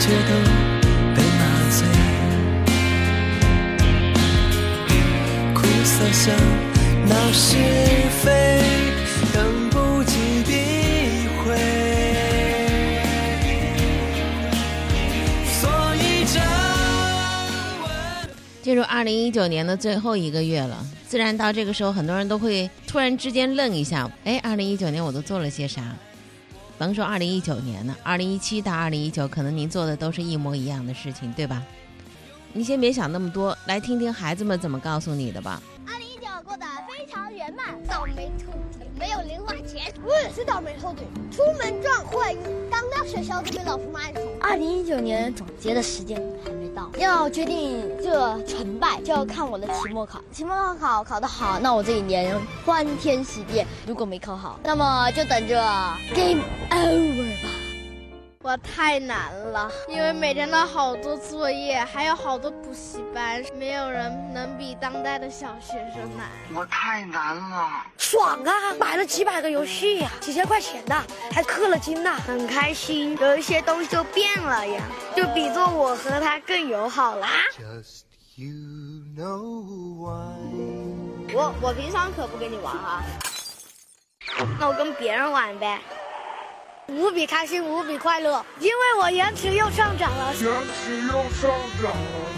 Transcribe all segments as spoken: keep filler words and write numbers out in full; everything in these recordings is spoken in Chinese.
切都被麻醉，苦涩想闹是非，等不及避讳，所以这进入二零一九年的最后一个月了，自然到这个时候很多人都会突然之间愣一下，哎，二零一九年我都做了些啥？甭说二零一九年呢，二零一七到二零一九可能您做的都是一模一样的事情，对吧？你先别想那么多，来听听孩子们怎么告诉你的吧。 二零一九过得非常圆满，倒霉兔腿没有零花钱，我也是倒霉兔腿，出门撞坏运，刚到学校就被老师骂一通。二零一九年总结的时间还没到，要决定这成败就要看我的期末考，期末考考得好，那我这一年欢天喜地；如果没考好，那么就等着 game over 吧。我太难了，因为每天都好多作业，还有好多补习班，没有人能比当代的小学生难。 我太难了， 爽啊！买了几百个游戏呀、啊，几千块钱的，还氪了金呢，很开心。有一些东西就变了呀，就比作我和他更友好啦。 Just you know why 我我平常可不跟你玩啊，那我跟别人玩呗。无比开心，无比快乐，因为我延迟又上涨了，延迟又上涨了。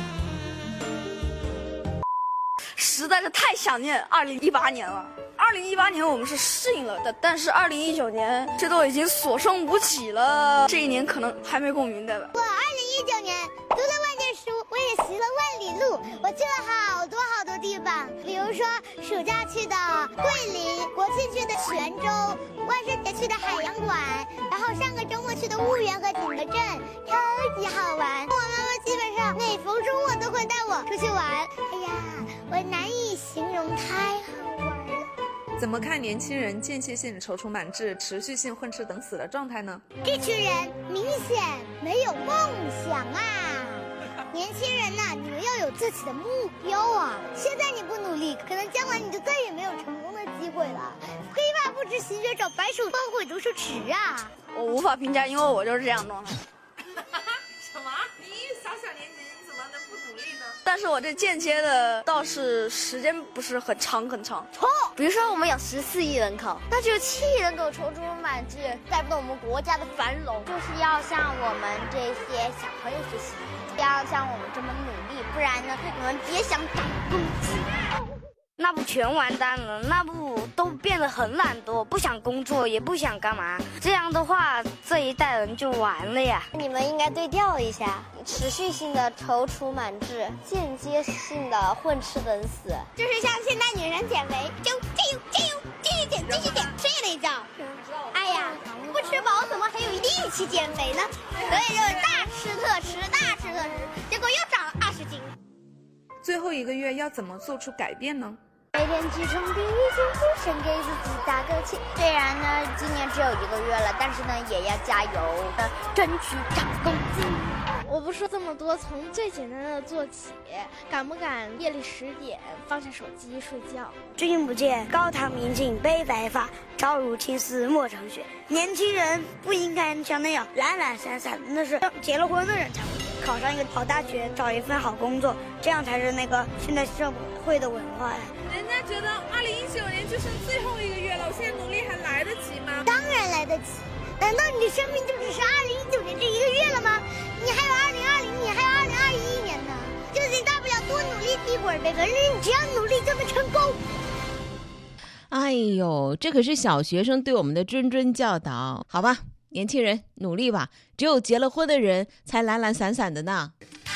实在是太想念二零一八年了。二零一八年我们是适应了的，但是二零一九年这都已经所剩无几了。这一年可能还没够明白吧。 我二零一九年读了万卷书，我也行了万里路，我去了好多好多地方，比如说暑假去的桂林，国庆去的泉州，万圣节去的海洋馆，然后上个周末去的婺源和景德镇，超级好玩。我妈妈基本上每逢周末都会带我出去玩，哎呀，我难以形容，太好玩了。 怎么看年轻人间歇性踌躇满志、持续性混吃等死的状态呢？ 这群人明显没有梦想啊！年轻人呐、啊，你们要有自己的目标啊！现在你不努力，可能将来你就再也没有成功的机会了。黑发不知心却找，白首方悔读书迟啊！ 我无法评价，因为我就是这样状态。 什么？你小小年纪你怎么能不努力呢？ 但是我这间接的倒是时间不是很长很长。 错，比如说我们有十四亿人口，那只有七亿人口踌躇满志，带不动我们国家的繁荣，就是要向我们这些小朋友学习，要像我们这么努力，不然呢，你们别想涨工资。 那不全完蛋了，那不都变得很懒惰，不想工作，也不想干嘛。这样的话，这一代人就完了呀。 你们应该对调一下，持续性的踌躇满志，间接性的混吃等死，就是像现代女人减肥，就这样这样继续减，继续减，睡了一觉。哎呀，不吃饱怎么还有力气减肥呢？所以就是大吃特吃，大吃特吃，结果又长了二十斤。 最后一个月要怎么做出改变呢？ 每天起床第一件事，先给自己打个气。虽然呢，今年只有一个月了，但是呢，也要加油的，争取涨工资。我不说这么多，从最简单的做起。敢不敢夜里十点放下手机睡觉？ 君不见高堂明镜悲白发，朝如青丝暮成雪。年轻人不应该像那样懒懒散散，那是结了婚的人才会。考上一个好大学，找一份好工作，这样才是那个现在社会的文化呀。 人家觉得二零一九年就剩最后一个月了，我现在努力还来得及吗？ 当然来得及。难道你的生命就只是二零一九年这一个月了吗？你还有二零二零，你还有二零二一年呢。就是你大不了多努力一会儿呗，反正你只要努力就能成功。 哎呦，这可是小学生对我们的谆谆教导，好吧，年轻人努力吧，只有结了婚的人才懒懒散散的呢。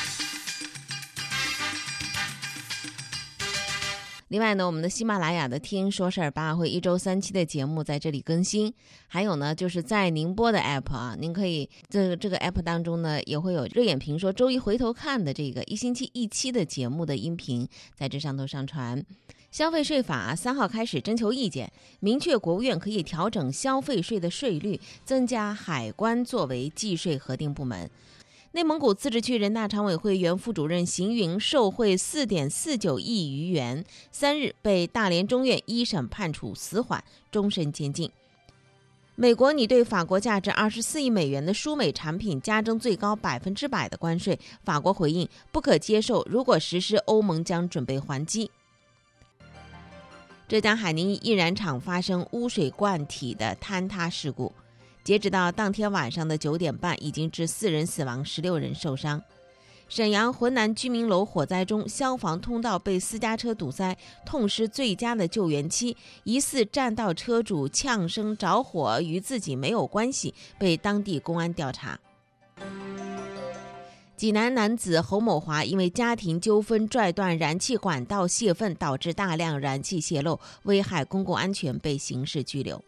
另外呢，我们的喜马拉雅的听说事儿吧会一周三期的节目在这里更新，还有呢就是在宁波的 app 啊，您可以这这个 app 当中呢也会有热眼评说周一回头看的这个一星期一期的节目的音频在这上头上传。消费税法三号开始征求意见，明确国务院可以调整消费税的税率，增加海关作为计税核定部门。内蒙古自治区人大常委会原副主任邢云受贿 四点四九亿余元，三日被大连中院一审判处死缓，终身监禁。 美国拟对法国价值二十四亿美元的输美产品加征最高百分之百的关税，法国回应不可接受，如果实施，欧盟将准备还击。浙江海宁一燃厂发生污水罐体的坍塌事故，截止到当天晚上的九点半，已经致四人死亡，十六人受伤。沈阳浑南居民楼火灾中，消防通道被私家车堵塞，痛失最佳的救援期，疑似占道车主呛声着火与自己没有关系，被当地公安调查。济南男子侯某华因为家庭纠纷拽断燃气管道泄愤，导致大量燃气泄漏，危害公共安全，被刑事拘留。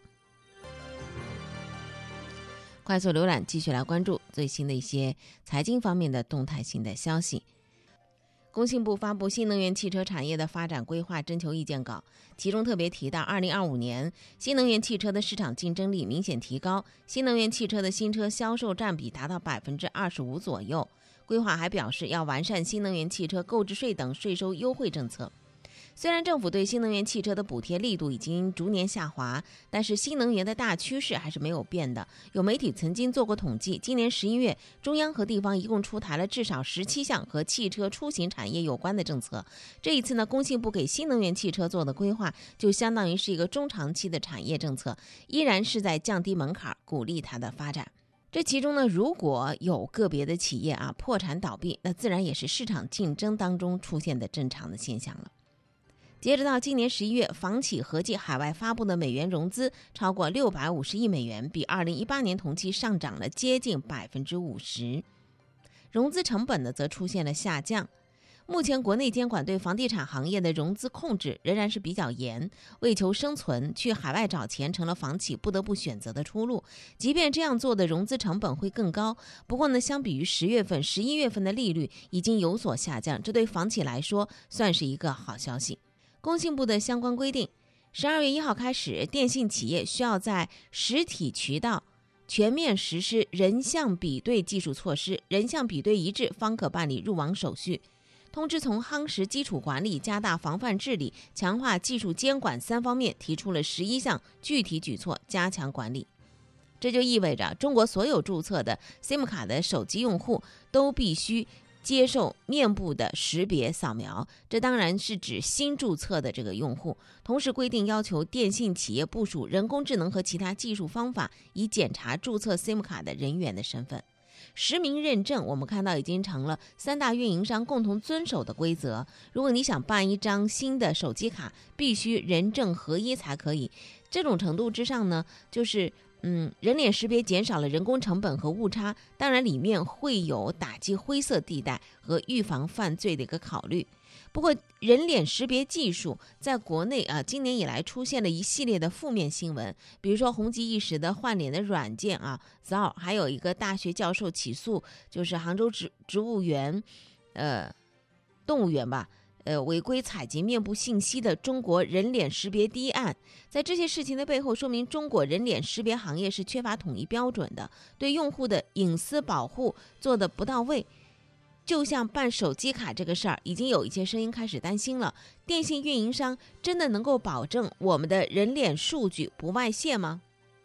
快速浏览，继续来关注最新的一些财经方面的动态性的消息。工信部发布新能源汽车产业的发展规划征求意见稿，其中特别提到二零二五年新能源汽车的市场竞争力明显提高，新能源汽车的新车销售占比达到百分之二十五左右。规划还表示要完善新能源汽车购置税等税收优惠政策。虽然政府对新能源汽车的补贴力度已经逐年下滑，但是新能源的大趋势还是没有变的。有媒体曾经做过统计，今年十一月，中央和地方一共出台了至少十七项和汽车出行产业有关的政策。这一次呢，工信部给新能源汽车做的规划，就相当于是一个中长期的产业政策，依然是在降低门槛，鼓励它的发展。这其中呢，如果有个别的企业啊破产倒闭，那自然也是市场竞争当中出现的正常的现象了。截止到今年十一月，房企合计海外发布的美元融资超过六百五十亿美元，比二零一八年同期上涨了接近百分之五十。融资成本呢，则出现了下降。目前国内监管对房地产行业的融资控制仍然是比较严，为求生存，去海外找钱成了房企不得不选择的出路。即便这样做的融资成本会更高，不过呢，相比于十月份、十一月份的利率已经有所下降，这对房企来说算是一个好消息。工信部的相关规定，十二月一号开始，电信企业需要在实体渠道全面实施人像比对技术措施，人像比对一致方可办理入网手续。通知从夯实基础管理、加大防范治理、强化技术监管三方面提出了十一项具体举措，加强管理。这就意味着中国所有注册的 SIM 卡的手机用户都必须接受面部的识别扫描，这当然是指新注册的这个用户。同时规定要求电信企业部署人工智能和其他技术方法，以检查注册 SIM 卡的人员的身份。实名认证，我们看到已经成了三大运营商共同遵守的规则。如果你想办一张新的手机卡，必须人证合一才可以。这种程度之上呢，就是嗯，人脸识别减少了人工成本和误差，当然里面会有打击灰色地带和预防犯罪的一个考虑。不过，人脸识别技术在国内啊，今年以来出现了一系列的负面新闻，比如说红极一时的换脸的软件啊 ，Zao， 还有一个大学教授起诉，就是杭州植植物园，呃，动物园吧。呃，违规采集面部信息的中国人脸识别第一案，在这些事情的背后，说明中国人脸识别行业是缺乏统一标准的，对用户的隐私保护做得不到位。就像办手机卡这个事儿，已经有一些声音开始担心了，电信运营商真的能够保证我们的人脸数据不外泄吗？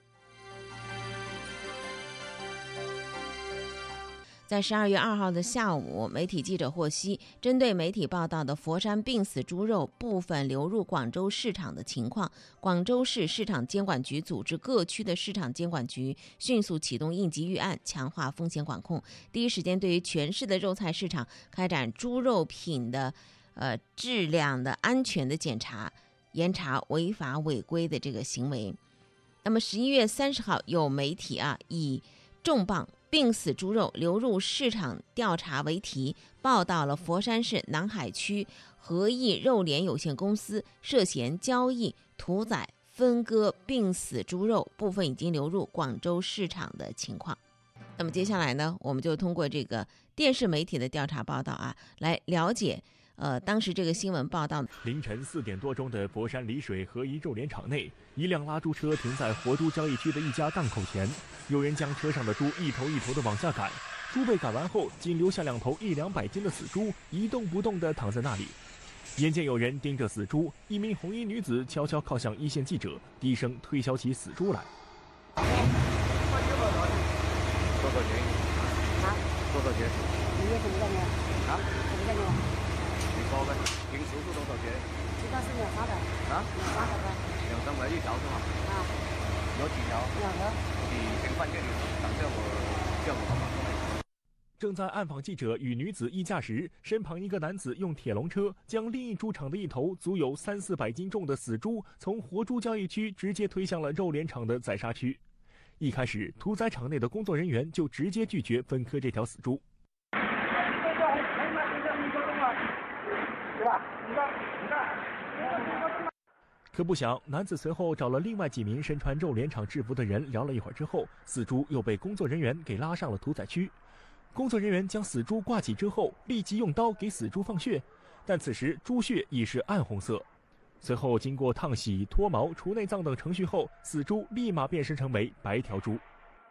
在十二月二号的下午，媒体记者获悉，针对媒体报道的佛山病死猪肉部分流入广州市场的情况，广州市市场监管局组织各区的市场监管局迅速启动应急预案，强化风险管控，第一时间对于全市的肉菜市场开展猪肉品的呃质量的安全的检查，严查违法违规的这个行为。那么十一月三十号，有媒体啊以重磅病死猪肉流入市场调查为题，报道了佛山市南海区和益肉联有限公司涉嫌交易、屠宰、分割病死猪肉部分已经流入广州市场的情况。那么接下来呢，我们就通过这个电视媒体的调查报道啊，来了解呃，当时这个新闻报道。 凌晨四点多钟的佛山丽水和益肉联场内，一辆拉猪车停在活猪交易区的一家档口前，有人将车上的猪一头一头的往下赶，猪被赶完后，仅留下两头一两百斤的死猪一动不动地躺在那里。眼见有人盯着死猪，一名红衣女子悄悄靠向一线记者，低声推销起死猪来。 多少钱？ 啊？ 多少钱？ 你月什么概念？ 啊？ 什么概念？ 你说呗，平时是多少钱？ 一般是两三百。 啊？ 两三百吧。 两三百一条是吗？ 啊。 有几条？ 两条。 你先放这里，等下我叫我老板过来。 正在暗访记者与女子议价时，身旁一个男子用铁笼车将另一猪场的一头足有三四百斤重的死猪从活猪交易区直接推向了肉联厂的宰杀区。一开始，屠宰场内的工作人员就直接拒绝分割这条死猪。可不想，男子随后找了另外几名身穿肉联厂制服的人聊了一会儿之后，死猪又被工作人员给拉上了屠宰区。工作人员将死猪挂起之后，立即用刀给死猪放血，但此时猪血已是暗红色。随后经过烫洗、脱毛、除内脏等程序后，死猪立马变身成为白条猪。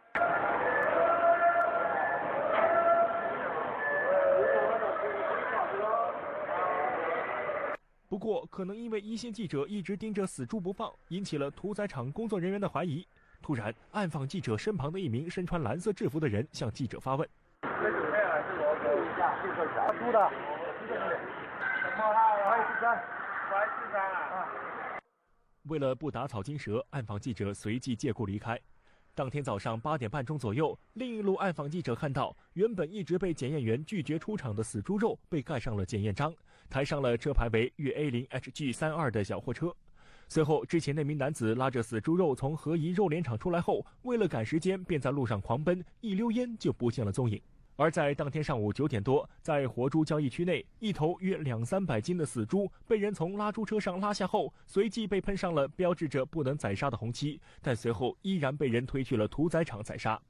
不过，可能因为一线记者一直盯着死猪不放，引起了屠宰场工作人员的怀疑。突然，暗访记者身旁的一名身穿蓝色制服的人向记者发问。 这主片啊，是我注意一下，就是啥猪的？什么啊？快四三，快四三啊！ 为了不打草惊蛇，暗访记者随即借故离开。当天早上八点半钟左右，另一路暗访记者看到，原本一直被检验员拒绝出场的死猪肉被盖上了检验章，抬上了车牌为粤 A 零 H G 三二的小货车。随后，之前那名男子拉着死猪肉从合宜肉联厂出来后，为了赶时间，便在路上狂奔，一溜烟就不见了踪影。而在当天上午九点多，在活猪交易区内，一头约两三百斤的死猪被人从拉猪车上拉下后，随即被喷上了标志着不能宰杀的红漆，但随后依然被人推去了屠宰场宰杀。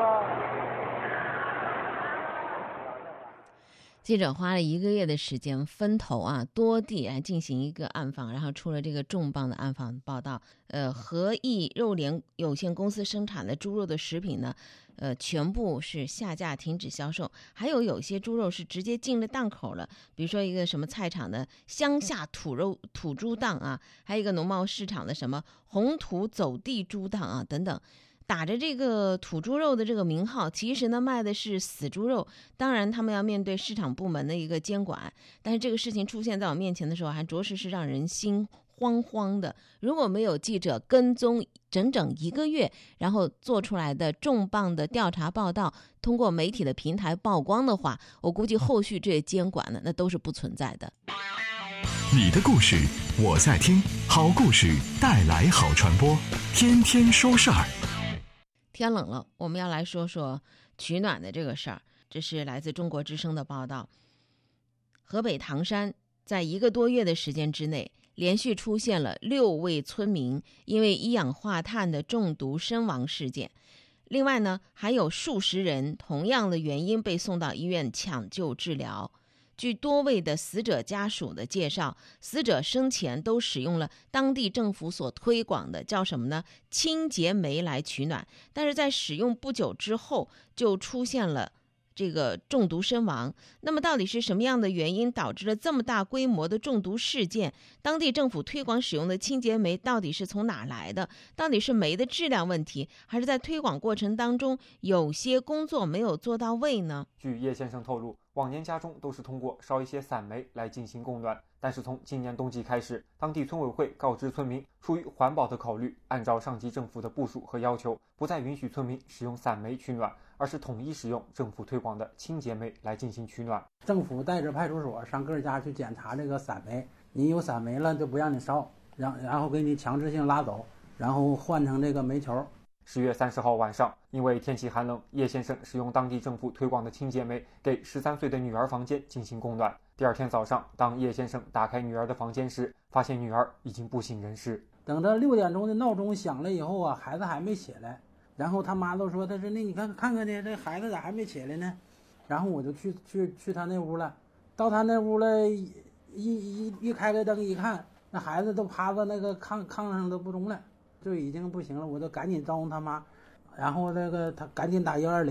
记者花了一个月的时间，分头啊多地来进行一个暗访，然后出了这个重磅的暗访报道。呃，合益肉联有限公司生产的猪肉的食品呢，呃，全部是下架停止销售，还有有些猪肉是直接进了档口了，比如说一个什么菜场的乡下土肉土猪档啊，还有一个农贸市场的什么红土走地猪档啊等等。打着这个土猪肉的这个名号，其实呢卖的是死猪肉。当然他们要面对市场部门的一个监管，但是这个事情出现在我面前的时候，还着实是让人心慌慌的。如果没有记者跟踪整整一个月，然后做出来的重磅的调查报道，通过媒体的平台曝光的话，我估计后续这些监管呢，那都是不存在的。 你的故事我在听，好故事带来好传播，天天说事儿。 天冷了，我们要来说说取暖的这个事儿。这是来自中国之声的报道。河北唐山在一个多月的时间之内，连续出现了六位村民因为一氧化碳的中毒身亡事件。另外呢，还有数十人同样的原因被送到医院抢救治疗。据多位的死者家属的介绍，死者生前都使用了当地政府所推广的叫什么呢？清洁煤来取暖，但是在使用不久之后就出现了这个中毒身亡。那么到底是什么样的原因导致了这么大规模的中毒事件？当地政府推广使用的清洁煤到底是从哪来的？到底是煤的质量问题，还是在推广过程当中有些工作没有做到位呢？ 据叶先生透露，往年家中都是通过烧一些散煤来进行供暖，但是从今年冬季开始，当地村委会告知村民，出于环保的考虑，按照上级政府的部署和要求，不再允许村民使用散煤取暖，而是统一使用政府推广的清洁煤来进行取暖。 政府带着派出所上各家去检查这个散煤，你有散煤了就不让你烧，然然后给你强制性拉走，然后换成这个煤球。 十月三十号晚上，因为天气寒冷，叶先生使用当地政府推广的清洁煤给十三岁的女儿房间进行供暖。第二天早上，当叶先生打开女儿的房间时，发现女儿已经不省人事。 等着六点钟的闹钟响了以后啊，孩子还没起来，然后他妈都说，他说那你看看看呢，这孩子咋还没起来呢？然后我就去去去他那屋了，到他那屋了，一一一开个灯一看，那孩子都趴在那个炕炕上都不中了。就已经不行了，我就赶紧招呼他妈，然后那个他赶紧打一二零。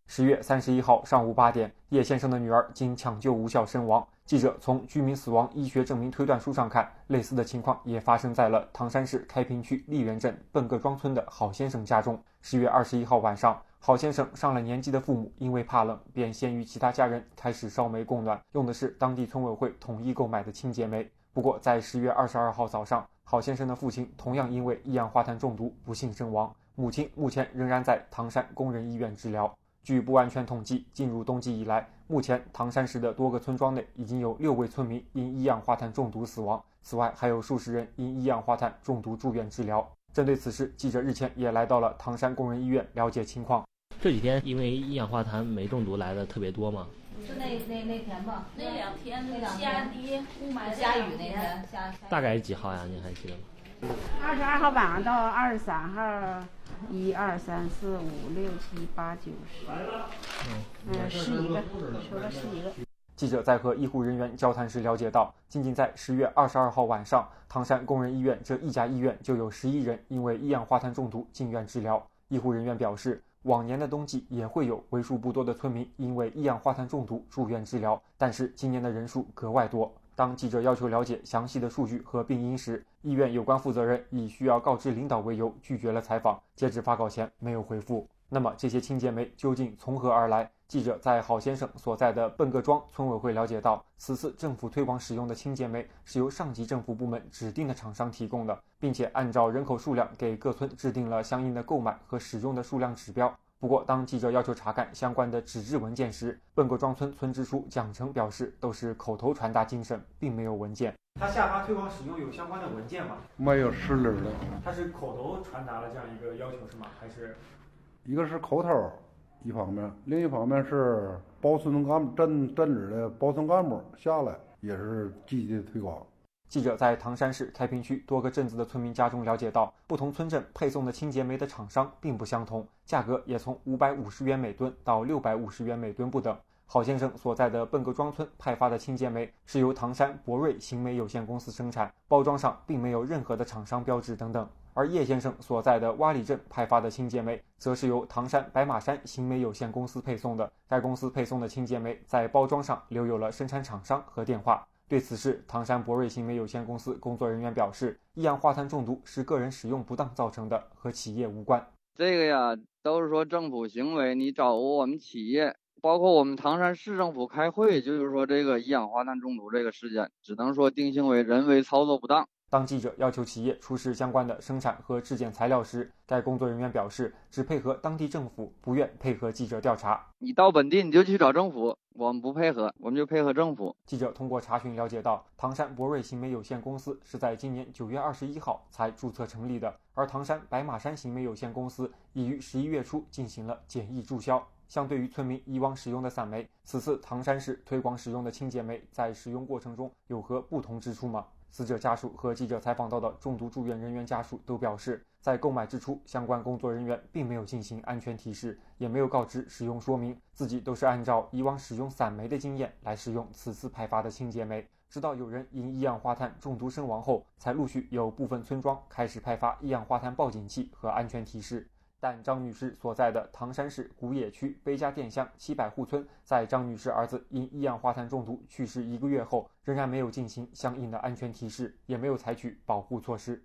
十月三十一号上午八点，叶先生的女儿经抢救无效身亡。记者从居民死亡医学证明推断书上看，类似的情况也发生在了唐山市开平区丽园镇笨个庄村的郝先生家中。十月二十一号晚上，郝先生上了年纪的父母因为怕冷，便先于其他家人开始烧煤供暖，用的是当地村委会统一购买的清洁煤。不过在十月二十二号早上，郝先生的父亲同样因为一氧化碳中毒不幸身亡，母亲目前仍然在唐山工人医院治疗。据不完全统计，进入冬季以来，目前唐山市的多个村庄内已经有六位村民因一氧化碳中毒死亡，此外还有数十人因一氧化碳中毒住院治疗。针对此事，记者日前也来到了唐山工人医院了解情况。 这几天因为一氧化碳煤中毒来的特别多吗？ 是那那那天吧， 那两天那两下地雾霾下雨那天下。 大概是几号呀？您还记得吗？ 二十二号晚上到二十三号，一二三四五六七八九十，嗯，十一个，收了十一个。 记者在和医护人员交谈时了解到，仅仅在十月二十二号晚上，唐山工人医院这一家医院就有十一人因为一氧化碳中毒进院治疗。医护人员表示，往年的冬季也会有为数不多的村民因为一氧化碳中毒住院治疗，但是今年的人数格外多。当记者要求了解详细的数据和病因时，医院有关负责人以需要告知领导为由拒绝了采访，截止发稿前没有回复。那么这些清洁煤究竟从何而来？记者在郝先生所在的笨个庄村委会了解到，此次政府推广使用的清洁煤是由上级政府部门指定的厂商提供的，并且按照人口数量给各村制定了相应的购买和使用的数量指标。不过当记者要求查看相关的纸质文件时，笨个庄村村支书蒋成表示都是口头传达精神，并没有文件。他下发推广使用有相关的文件吗？ 没有实质的。 他是口头传达了这样一个要求是吗？还是一个是口头一方面，另一方面是保村干镇镇治的保村干部下来也是积极的推广。 记者在唐山市开平区多个镇子的村民家中了解到，不同村镇配送的清洁煤的厂商并不相同，价格也从五百五十元每吨到六百五十元每吨不等。郝先生所在的笨个庄村派发的清洁煤是由唐山博瑞新煤有限公司生产，包装上并没有任何的厂商标志等等。而叶先生所在的洼里镇派发的清洁煤则是由唐山白马山新煤有限公司配送的，该公司配送的清洁煤在包装上留有了生产厂商和电话。对此事，唐山博瑞新煤有限公司工作人员表示，一氧化碳中毒是个人使用不当造成的，和企业无关。 这个呀，都是说政府行为，你找我们企业，包括我们唐山市政府开会，就是说这个一氧化碳中毒这个事件，只能说定性为人为操作不当。 当记者要求企业出示相关的生产和质检材料时，该工作人员表示只配合当地政府，不愿配合记者调查。 你到本地你就去找政府，我们不配合，我们就配合政府。 记者通过查询了解到，唐山博瑞新煤有限公司是在今年九月二十一号才注册成立的，而唐山白马山新煤有限公司已于十一月初进行了简易注销。相对于村民以往使用的散煤，此次唐山市推广使用的清洁煤在使用过程中有何不同之处吗？死者家属和记者采访到的中毒住院人员家属都表示，在购买之初，相关工作人员并没有进行安全提示，也没有告知使用说明，自己都是按照以往使用散煤的经验来使用此次派发的清洁煤。直到有人因一氧化碳中毒身亡后，才陆续有部分村庄开始派发一氧化碳报警器和安全提示。但张女士所在的唐山市古冶区碑家店乡七百户村，在张女士儿子因一氧化碳中毒去世一个月后，仍然没有进行相应的安全提示，也没有采取保护措施。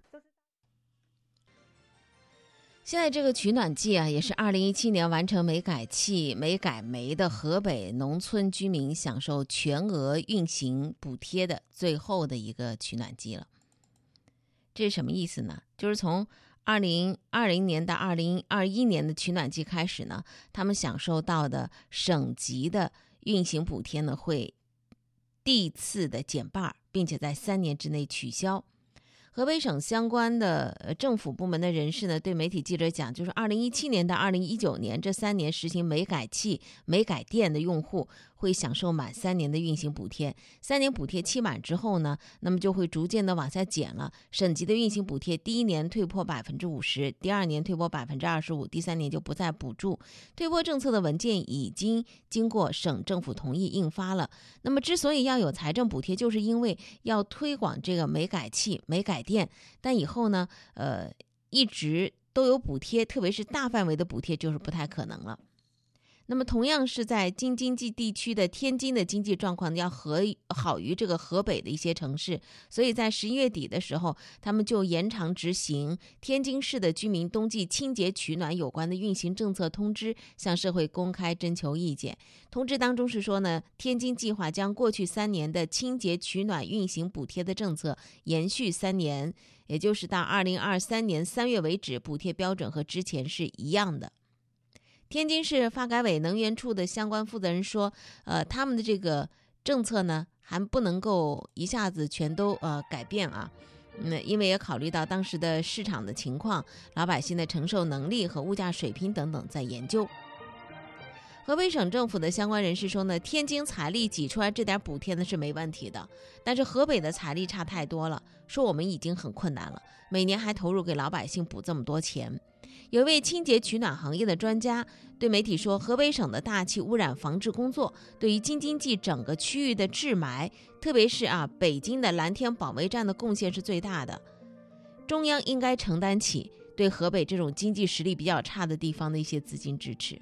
现在这个取暖季啊，也是二零一七年完成煤改气、煤改煤的河北农村居民享受全额运行补贴的最后的一个取暖季了。这是什么意思呢？就是从二零二零年到二零二一年的取暖季开始呢，他们享受到的省级的运行补贴呢，会递次的减半，并且在三年之内取消。河北省相关的政府部门的人士呢，对媒体记者讲，就是二零一七年到二零一九年这三年实行煤改气、煤改电的用户会享受满三年的运行补贴。三年补贴期满之后呢，那么就会逐渐的往下减了。省级的运行补贴，第一年退拨百分之五十，第二年退拨百分之二十五，第三年就不再补助。退拨政策的文件已经经过省政府同意印发了。那么之所以要有财政补贴，就是因为要推广这个煤改气、煤改电，但以后呢，呃，一直都有补贴，特别是大范围的补贴就是不太可能了。 那么同样是在京津冀地区的天津的经济状况要和好于这个河北的一些城市，所以在十一月底的时候，他们就延长执行天津市的居民冬季清洁取暖有关的运行政策通知，向社会公开征求意见。通知当中是说呢，天津计划将过去三年的清洁取暖运行补贴的政策延续三年，也就是到二零二三年三月为止，补贴标准和之前是一样的。天津市发改委能源处的相关负责人说，呃，他们的这个政策呢，还不能够一下子全都呃改变啊，嗯，因为也考虑到当时的市场的情况、老百姓的承受能力和物价水平等等，在研究。河北省政府的相关人士说呢，天津财力挤出来这点补贴呢是没问题的，但是河北的财力差太多了，说我们已经很困难了，每年还投入给老百姓补这么多钱。有一位清洁取暖行业的专家对媒体说，河北省的大气污染防治工作对于京津冀整个区域的治霾，特别是啊北京的蓝天保卫战的贡献是最大的，中央应该承担起对河北这种经济实力比较差的地方的一些资金支持。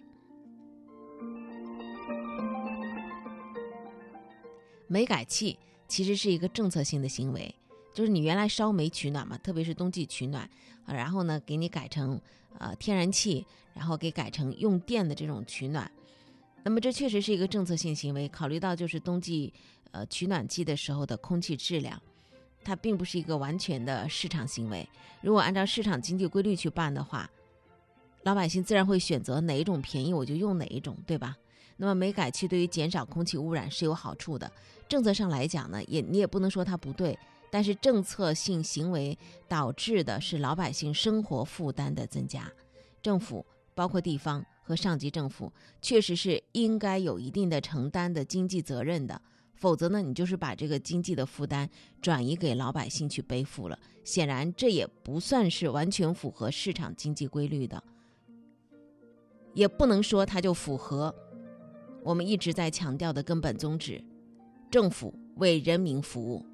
煤改气其实是一个政策性的行为，就是你原来烧煤取暖嘛，特别是冬季取暖，啊、然后呢给你改成呃天然气，然后给改成用电的这种取暖。那么这确实是一个政策性行为，考虑到就是冬季呃取暖季的时候的空气质量，它并不是一个完全的市场行为。如果按照市场经济规律去办的话，老百姓自然会选择哪一种便宜我就用哪一种，对吧？那么煤改气对于减少空气污染是有好处的，政策上来讲呢，也你也不能说它不对，但是政策性行为导致的是老百姓生活负担的增加，政府包括地方和上级政府确实是应该有一定的承担的经济责任的，否则呢，你就是把这个经济的负担转移给老百姓去背负了，显然这也不算是完全符合市场经济规律的，也不能说它就符合我们一直在强调的根本宗旨，政府为人民服务。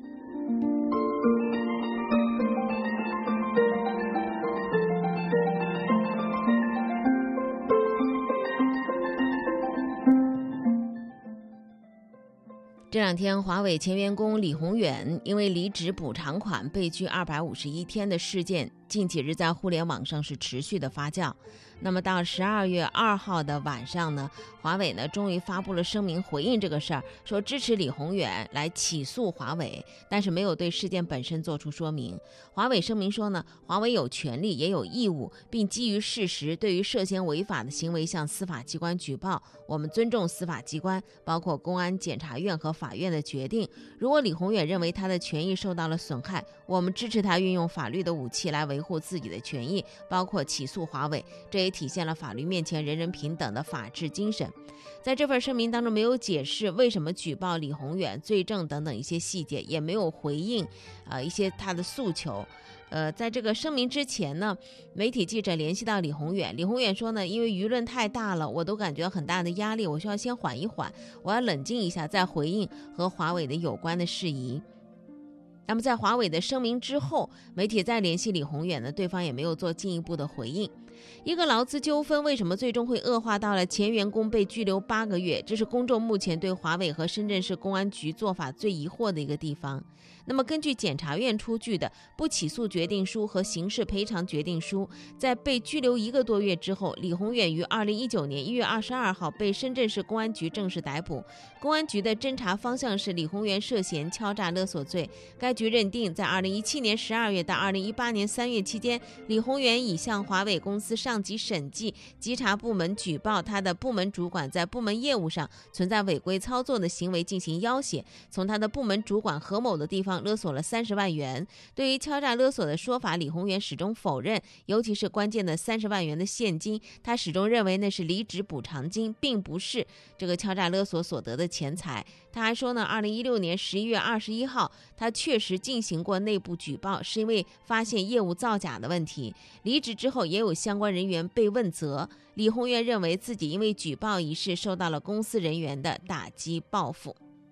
这两天，华为前员工李宏远因为离职补偿款被拘二百五十一天的事件，近几日在互联网上是持续的发酵。那么到十二月二号的晚上呢，华为呢终于发布了声明回应这个事儿，说支持李宏远来起诉华为，但是没有对事件本身做出说明。华为声明说呢，华为有权利也有义务，并基于事实对于涉嫌违法的行为向司法机关举报，我们尊重司法机关包括公安、检察院和法院的决定。如果李宏远认为他的权益受到了损害，我们支持他运用法律的武器来维护自己的权益，包括起诉华为，这也体现了法律面前人人平等的法治精神。在这份声明当中没有解释为什么举报李宏远、罪证等等一些细节，也没有回应呃一些他的诉求。呃，在这个声明之前呢，媒体记者联系到李宏远，李宏远说呢，因为舆论太大了，我都感觉很大的压力，我需要先缓一缓，我要冷静一下再回应和华为的有关的事宜。那么在华为的声明之后，媒体再联系李宏远呢，对方也没有做进一步的回应。一个劳资纠纷为什么最终会恶化到了前员工被拘留八个月？这是公众目前对华为和深圳市公安局做法最疑惑的一个地方。那么根据检察院出具的不起诉决定书和刑事赔偿决定书，在被拘留一个多月之后，李宏远于二零一九年一月二十二号被深圳市公安局正式逮捕。公安局的侦查方向是李宏远涉嫌敲诈勒索罪。该局认定，在二零一七年十二月到二零一八年三月期间，李宏远已向华为公司上级审计稽查部门举报他的部门主管在部门业务上存在违规操作的行为进行要挟，从他的部门主管何某的地方勒索了三十万元。对于敲诈勒索的说法，李宏远始终否认，尤其是关键的三十万元的现金，他始终认为那是离职补偿金，并不是这个敲诈勒索所得的钱财。他还说呢，二零一六年十一月二十一号，他确实进行过内部举报，是因为发现业务造假的问题。离职之后，也有相关人员被问责。李宏远认为自己因为举报一事受到了公司人员的打击报复。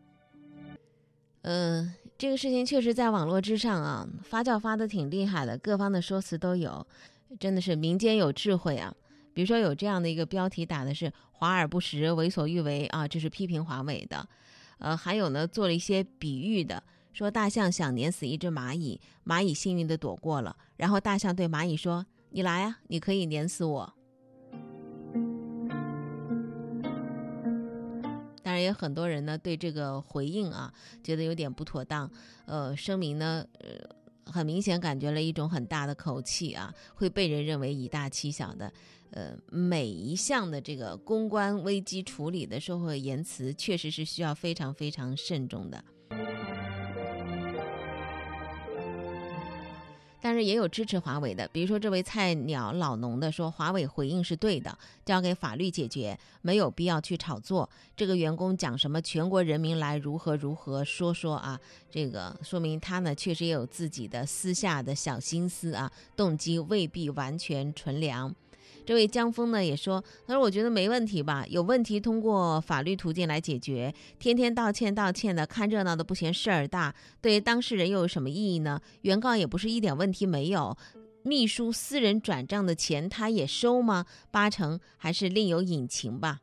呃，这个事情确实在网络之上啊，发酵发得挺厉害的，各方的说辞都有，真的是民间有智慧啊。 比如说有这样的一个标题打的是华而不实，为所欲为啊，这是批评华为的。呃，还有呢做了一些比喻的，说大象想碾死一只蚂蚁，蚂蚁幸运地躲过了，然后大象对蚂蚁说，你来啊，你可以碾死我。当然也很多人呢对这个回应啊觉得有点不妥当，呃，声明呢呃很明显感觉了一种很大的口气啊，会被人认为以大欺小的。呃，每一项的这个公关危机处理的时候言辞确实是需要非常非常慎重的。但是也有支持华为的，比如说这位菜鸟老农的说，华为回应是对的，交给法律解决，没有必要去炒作。这个员工讲什么全国人民来如何如何说说啊，这个说明他呢确实也有自己的私下的小心思啊，动机未必完全纯良。这位江峰呢也说，他说我觉得没问题吧，有问题通过法律途径来解决，天天道歉道歉的，看热闹的不嫌事儿大，对当事人又有什么意义呢？原告也不是一点问题没有，秘书私人转账的钱他也收吗？八成还是另有隐情吧。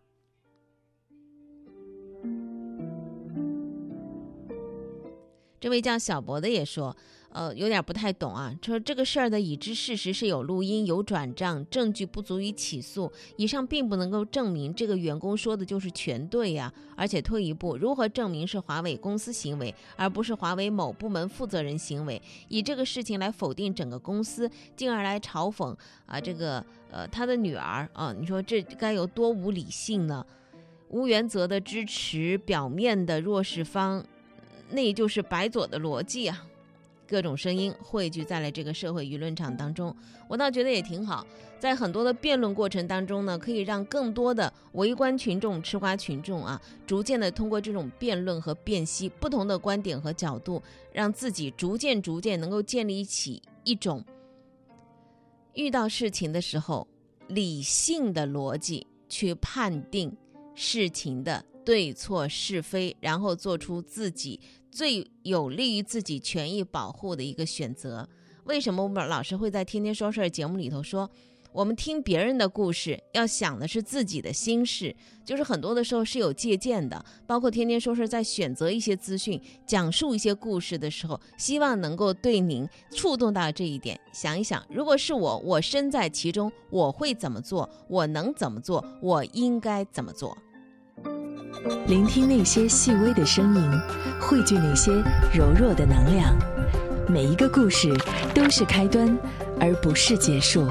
这位叫小博的也说，呃，有点不太懂啊，说这个事儿的已知事实是有录音、有转账，证据不足以起诉，以上并不能够证明这个员工说的就是全对呀、啊。而且退一步，如何证明是华为公司行为，而不是华为某部门负责人行为？以这个事情来否定整个公司，进而来嘲讽啊，这个呃他的女儿啊，你说这该有多无理性呢？无原则的支持表面的弱势方，那就是白左的逻辑啊。各种声音汇聚在了这个社会舆论场当中，我倒觉得也挺好，在很多的辩论过程当中呢，可以让更多的围观群众、吃瓜群众啊，逐渐的通过这种辩论和辨析不同的观点和角度，让自己逐渐逐渐能够建立起一种遇到事情的时候理性的逻辑去判定事情的对错是非，然后做出自己最有利于自己权益保护的一个选择。为什么我们老师会在天天说事儿节目里头说，我们听别人的故事要想的是自己的心事，就是很多的时候是有借鉴的，包括天天说事儿在选择一些资讯、讲述一些故事的时候，希望能够对您触动到这一点。想一想，如果是我，我身在其中，我会怎么做？我能怎么做？我应该怎么做？ 聆听那些细微的声音，汇聚那些柔弱的能量。每一个故事都是开端，而不是结束。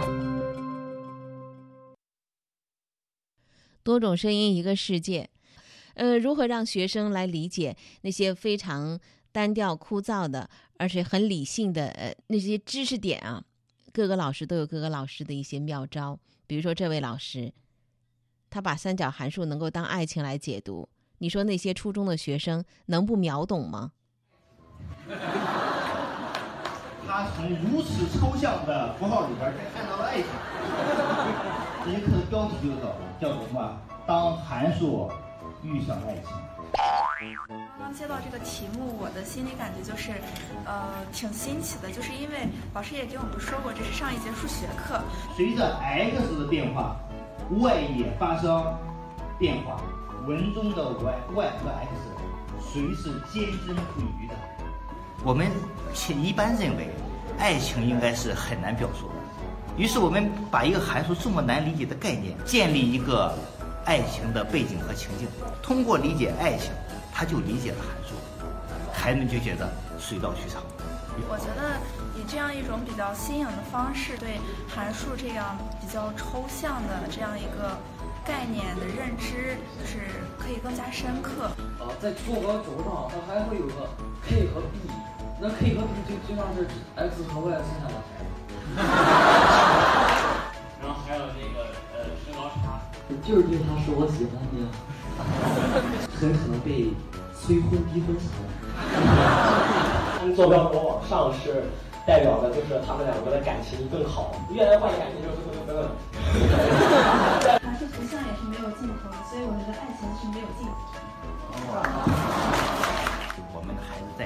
多种声音一个世界，呃，如何让学生来理解那些非常单调枯燥的，而且很理性的呃那些知识点啊？各个老师都有各个老师的一些妙招。比如说这位老师，他把三角函数能够当爱情来解读，你说那些初中的学生能不秒懂吗？ 他从如此抽象的符号里边看到了爱情。这节课的标题就叫叫做什么？当函数遇上爱情。 刚接到这个题目，我的心理感觉就是，呃，挺新奇的，就是因为老师也给我们说过，这是上一节数学课。 随着 x 的变化 ，y 也发生变化，文中的 y y 和 x 谁是坚贞不渝的？我们一般认为，爱情应该是很难表述的，于是我们把一个函数这么难理解的概念，建立一个爱情的背景和情境，通过理解爱情，他就理解了函数，孩子们就觉得水到渠成。 我觉得以这样一种比较新颖的方式，对函数这样比较抽象的这样一个概念的认知，就是可以更加深刻。 呃，在坐标轴上，它还会有个 k 和 b， 那 k 和 b 就就像是 x 和 y 生下的孩子。 然后还有那个呃身高差， 就是对他说我喜欢你，很可能被催婚逼婚啥的。 坐标轴往上是代表的就是他们两个的感情更好，越来越坏的感情就是会更更。 函数图像也是没有尽头，所以我觉得爱情是没有尽头。 我们的孩子在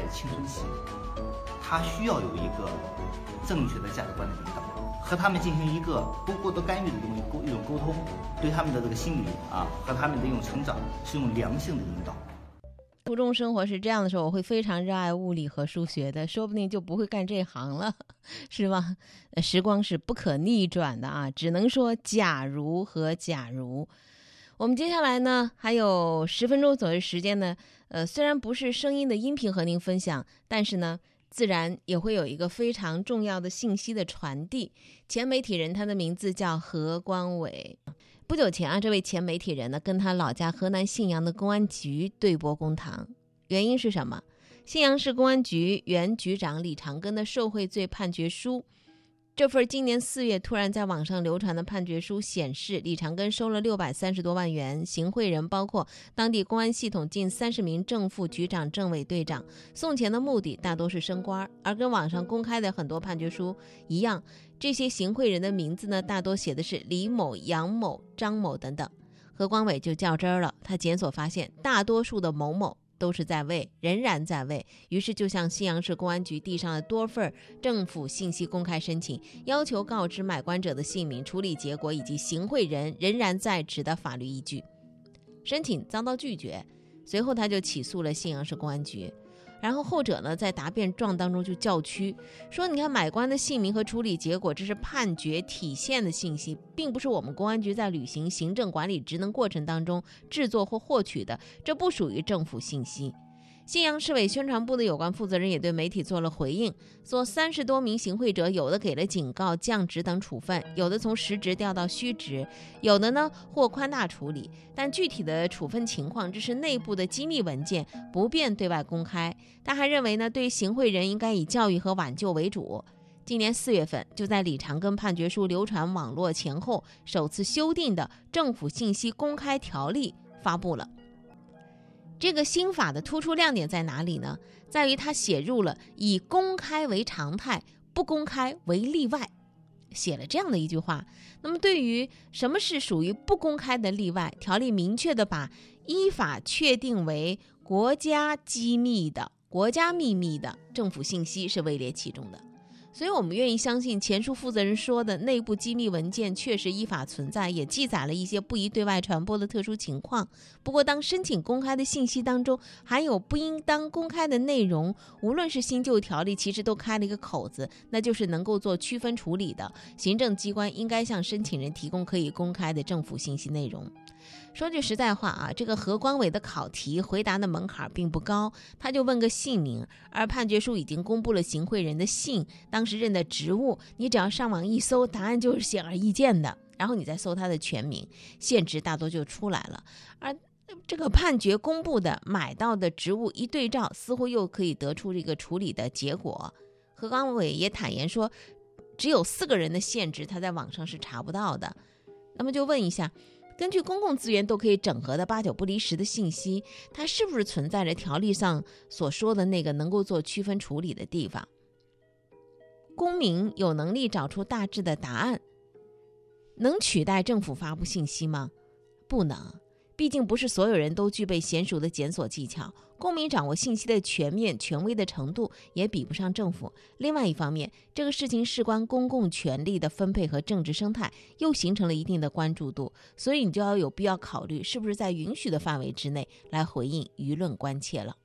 青春期，他需要有一个正确的价值观的引导，和他们进行一个不过多干预的这么一种沟通，对他们的这个心理啊和他们的一种成长是用良性的引导。 初中生活是这样的时候，我会非常热爱物理和数学的，说不定就不会干这行了，是吧？时光是不可逆转的啊，只能说假如和假如。我们接下来呢还有十分钟左右时间呢，呃，虽然不是声音的音频和您分享，但是呢自然也会有一个非常重要的信息的传递。前媒体人他的名字叫何光伟。不久前啊，这位前媒体人呢跟他老家河南信阳的公安局对簿公堂，原因是什么？信阳市公安局原局长李长庚的受贿罪判决书。这份今年四月突然在网上流传的判决书显示，李长庚收了六百三十多万元，行贿人包括当地公安系统近三十名正副局长、政委队长，送钱的目的大多是升官，而跟网上公开的很多判决书一样，这些行贿人的名字呢，大多写的是李某、杨某、张某等等。何光伟就较真儿了，他检索发现，大多数的某某都是在位，仍然在位，于是就向信阳市公安局递上了多份政府信息公开申请，要求告知买官者的姓名、处理结果以及行贿人仍然在职的法律依据。申请遭到拒绝，随后他就起诉了信阳市公安局。然后后者呢，在答辩状当中就叫屈，说你看买官的姓名和处理结果，这是判决体现的信息，并不是我们公安局在履行行政管理职能过程当中制作或获取的，这不属于政府信息。信阳市委宣传部的有关负责人也对媒体做了回应，说三十多名行贿者，有的给了警告、降职等处分，有的从实职调到虚职，有的呢或宽大处理，但具体的处分情况这是内部的机密文件，不便对外公开。他还认为呢，对行贿人应该以教育和挽救为主。今年四月份，就在李长庚判决书流传网络前后，首次修订的政府信息公开条例发布了。这个新法的突出亮点在哪里呢？在于它写入了以公开为常态，不公开为例外，写了这样的一句话。那么对于什么是属于不公开的例外，条例明确的把依法确定为国家机密的、国家秘密的政府信息是位列其中的。所以我们愿意相信前述负责人说的内部机密文件确实依法存在，也记载了一些不宜对外传播的特殊情况。不过当申请公开的信息当中含有不应当公开的内容，无论是新旧条例其实都开了一个口子，那就是能够做区分处理的，行政机关应该向申请人提供可以公开的政府信息内容。说句实在话啊，这个何光伟的考题回答的门槛并不高，他就问个姓名，而判决书已经公布了行贿人的姓、当时任的职务，你只要上网一搜，答案就是显而易见的，然后你再搜他的全名，现职大多就出来了。而这个判决公布的买到的职务一对照，似乎又可以得出这个处理的结果。何光伟也坦言说，只有四个人的现职他在网上是查不到的。那么就问一下，根据公共资源都可以整合的八九不离十的信息，它是不是存在着条例上所说的那个能够做区分处理的地方？公民有能力找出大致的答案，能取代政府发布信息吗？不能，毕竟不是所有人都具备娴熟的检索技巧，公民掌握信息的全面权威的程度也比不上政府。另外一方面，这个事情事关公共权力的分配和政治生态，又形成了一定的关注度，所以你就要有必要考虑是不是在允许的范围之内来回应舆论关切了。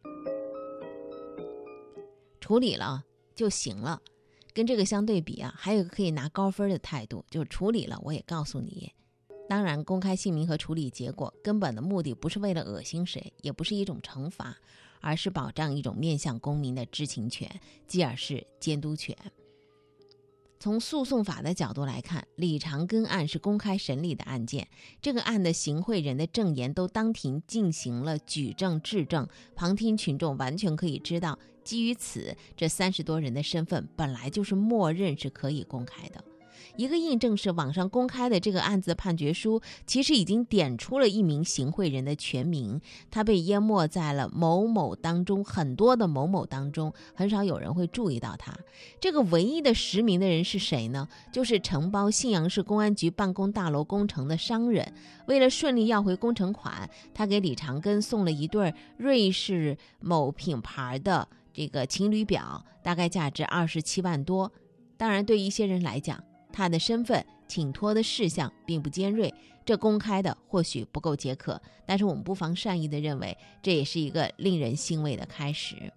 处理了就行了，跟这个相对比啊，还有一个可以拿高分的态度，就是处理了我也告诉你。当然，公开姓名和处理结果根本的目的不是为了恶心谁，也不是一种惩罚，而是保障一种面向公民的知情权，继而是监督权。从诉讼法的角度来看，李长庚案是公开审理的案件，这个案的行贿人的证言都当庭进行了举证质证，旁听群众完全可以知道，基于此，这三十多人的身份本来就是默认是可以公开的。一个印证是网上公开的这个案子判决书其实已经点出了一名行贿人的全名，他被淹没在了某某当中，很多的某某当中，很少有人会注意到他。这个唯一的实名的人是谁呢？就是承包信阳市公安局办公大楼工程的商人，为了顺利要回工程款，他给李长庚送了一对瑞士某品牌的这个情侣表，大概价值二十七万多。当然，对一些人来讲，他的身份请托的事项并不尖锐，这公开的或许不够解渴，但是我们不妨善意地认为，这也是一个令人欣慰的开始。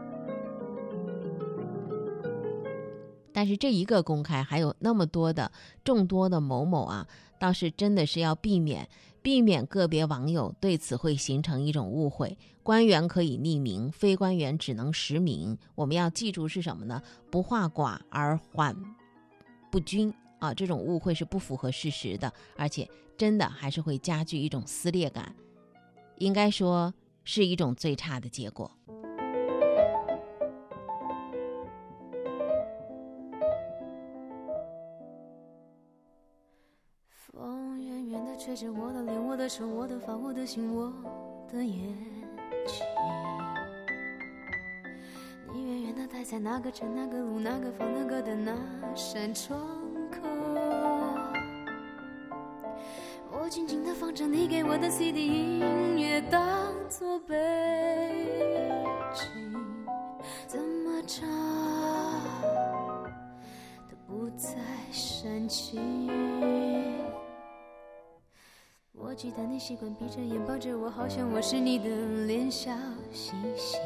但是这一个公开还有那么多的众多的某某啊，倒是真的是要避免避免个别网友对此会形成一种误会，官员可以匿名，非官员只能实名。我们要记住是什么呢？不化寡而缓不均啊，这种误会是不符合事实的，而且真的还是会加剧一种撕裂感，应该说是一种最差的结果。 风远远地吹着我的脸，我的手，我的发，我的心，我的眼睛。你远远地待在那个城，那个路，那个房，那个的那扇窗口。我静静地放着你给我的 C D 音乐，当作背景，怎么唱都不再煽情。我记得你习惯闭着眼抱着我，好像我是你的脸小星星。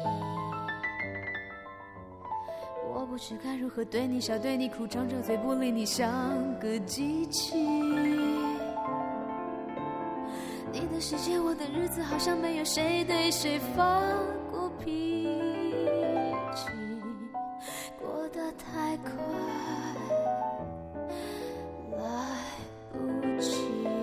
我不知该如何对你笑，对你哭，张着嘴不理你，像个机器。你的世界，我的日子，好像没有谁对谁发过脾气，过得太快，来不及。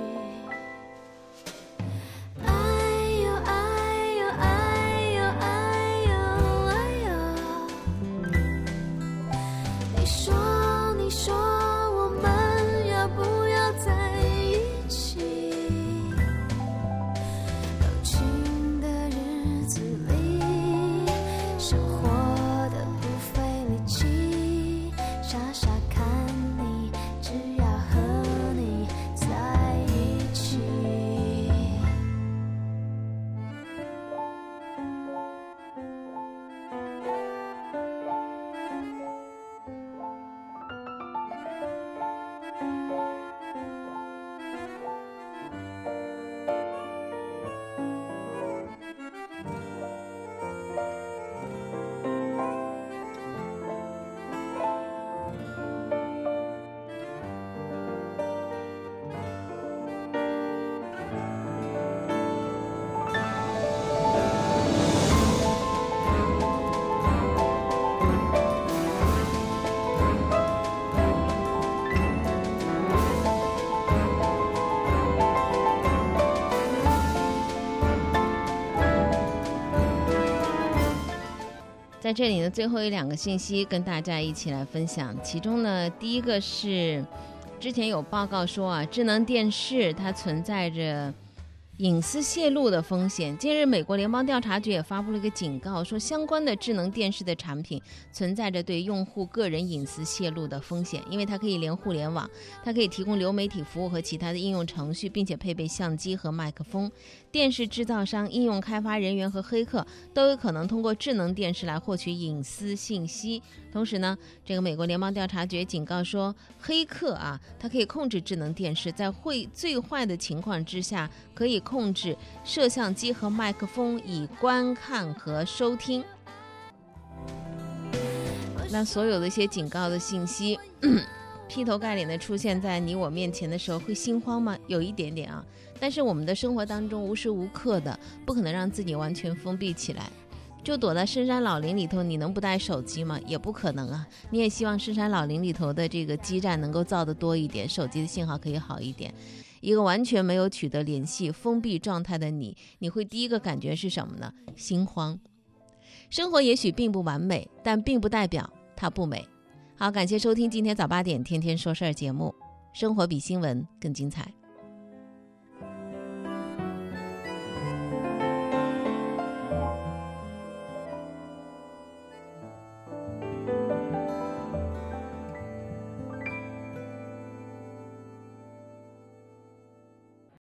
在这里呢，最后一两个信息跟大家一起来分享。其中呢，第一个是之前有报告说啊，智能电视它存在着隐私泄露的风险。近日，美国联邦调查局也发布了一个警告，说相关的智能电视的产品存在着对用户个人隐私泄露的风险，因为它可以连互联网，它可以提供流媒体服务和其他的应用程序，并且配备相机和麦克风。电视制造商、应用开发人员和黑客都有可能通过智能电视来获取隐私信息。同时呢，这个美国联邦调查局警告说，黑客啊，它可以控制智能电视，在会最坏的情况之下，可以控制摄像机和麦克风以观看和收听。那所有的一些警告的信息劈头盖脸的出现在你我面前的时候，会心慌吗？有一点点啊。但是我们的生活当中无时无刻的不可能让自己完全封闭起来，就躲在深山老林里头，你能不带手机吗？也不可能啊。你也希望深山老林里头的这个基站能够造得多一点，手机的信号可以好一点。一个完全没有取得联系、封闭状态的你，你会第一个感觉是什么呢？心慌。生活也许并不完美，但并不代表它不美。好，感谢收听今天早八点天天说事儿节目，生活比新闻更精彩。